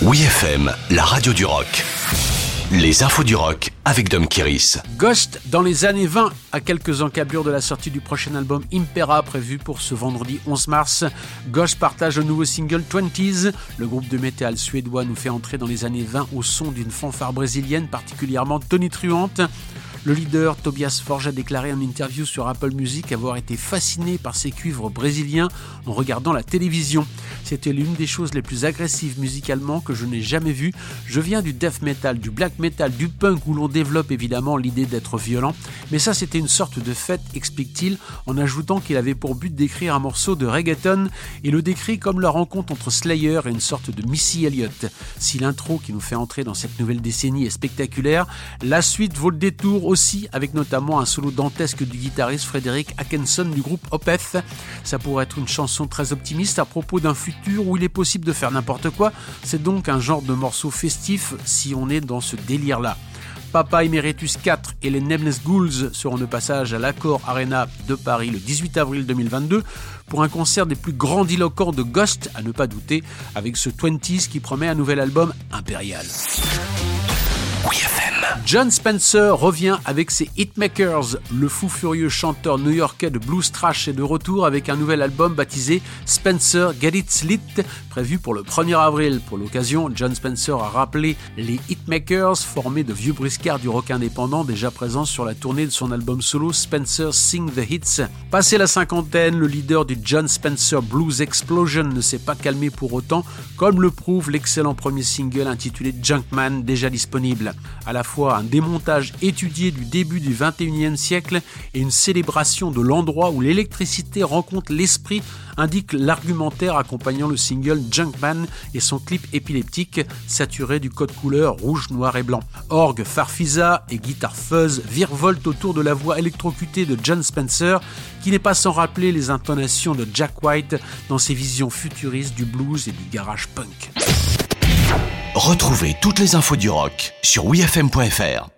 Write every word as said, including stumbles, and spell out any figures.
Oui F M, la radio du rock. Les infos du rock avec Dom Kiris. Ghost dans les années vingt, à quelques encablures de la sortie du prochain album Impera prévu pour ce vendredi onze mars. Ghost partage le nouveau single twenties. Le groupe de métal suédois nous fait entrer dans les années vingt au son d'une fanfare brésilienne particulièrement tonitruante. Le leader Tobias Forge a déclaré en interview sur Apple Music avoir été fasciné par ces cuivres brésiliens en regardant la télévision. C'était l'une des choses les plus agressives musicalement que je n'ai jamais vues. Je viens du death metal, du black metal, du punk où l'on développe évidemment l'idée d'être violent. Mais ça c'était une sorte de fête, explique-t-il, en ajoutant qu'il avait pour but d'écrire un morceau de reggaeton et le décrit comme la rencontre entre Slayer et une sorte de Missy Elliott. Si l'intro qui nous fait entrer dans cette nouvelle décennie est spectaculaire, la suite vaut le détour aussi, avec notamment un solo dantesque du guitariste Frédéric Hackenson du groupe Opeth. Ça pourrait être une chanson très optimiste à propos d'un futur où il est possible de faire n'importe quoi. C'est donc un genre de morceau festif si on est dans ce délire-là. Papa Emeritus quatre et les Nameless Ghouls seront de passage à l'Accor Arena de Paris le dix-huit avril deux mille vingt-deux pour un concert des plus grandiloquents de Ghost, à ne pas douter, avec ce twenties qui promet un nouvel album impérial. Oui F M. Jon Spencer revient avec ses Hitmakers. Le fou furieux chanteur new-yorkais de blues trash est de retour avec un nouvel album baptisé Spencer Get It Lit, prévu pour le premier avril. Pour l'occasion, Jon Spencer a rappelé les Hitmakers, formés de vieux briscards du rock indépendant déjà présents sur la tournée de son album solo Spencer Sing the Hits. Passé la cinquantaine, le leader du Jon Spencer Blues Explosion ne s'est pas calmé pour autant, comme le prouve l'excellent premier single intitulé Junkman, déjà disponible. À la fois un démontage étudié du début du vingt et unième siècle et une célébration de l'endroit où l'électricité rencontre l'esprit, indique l'argumentaire accompagnant le single Junkman et son clip épileptique saturé du code couleur rouge, noir et blanc. Orgue, farfisa et guitare fuzz virevoltent autour de la voix électrocutée de Jon Spencer, qui n'est pas sans rappeler les intonations de Jack White dans ses visions futuristes du blues et du garage punk. Retrouvez toutes les infos du rock sur oui f m point f r.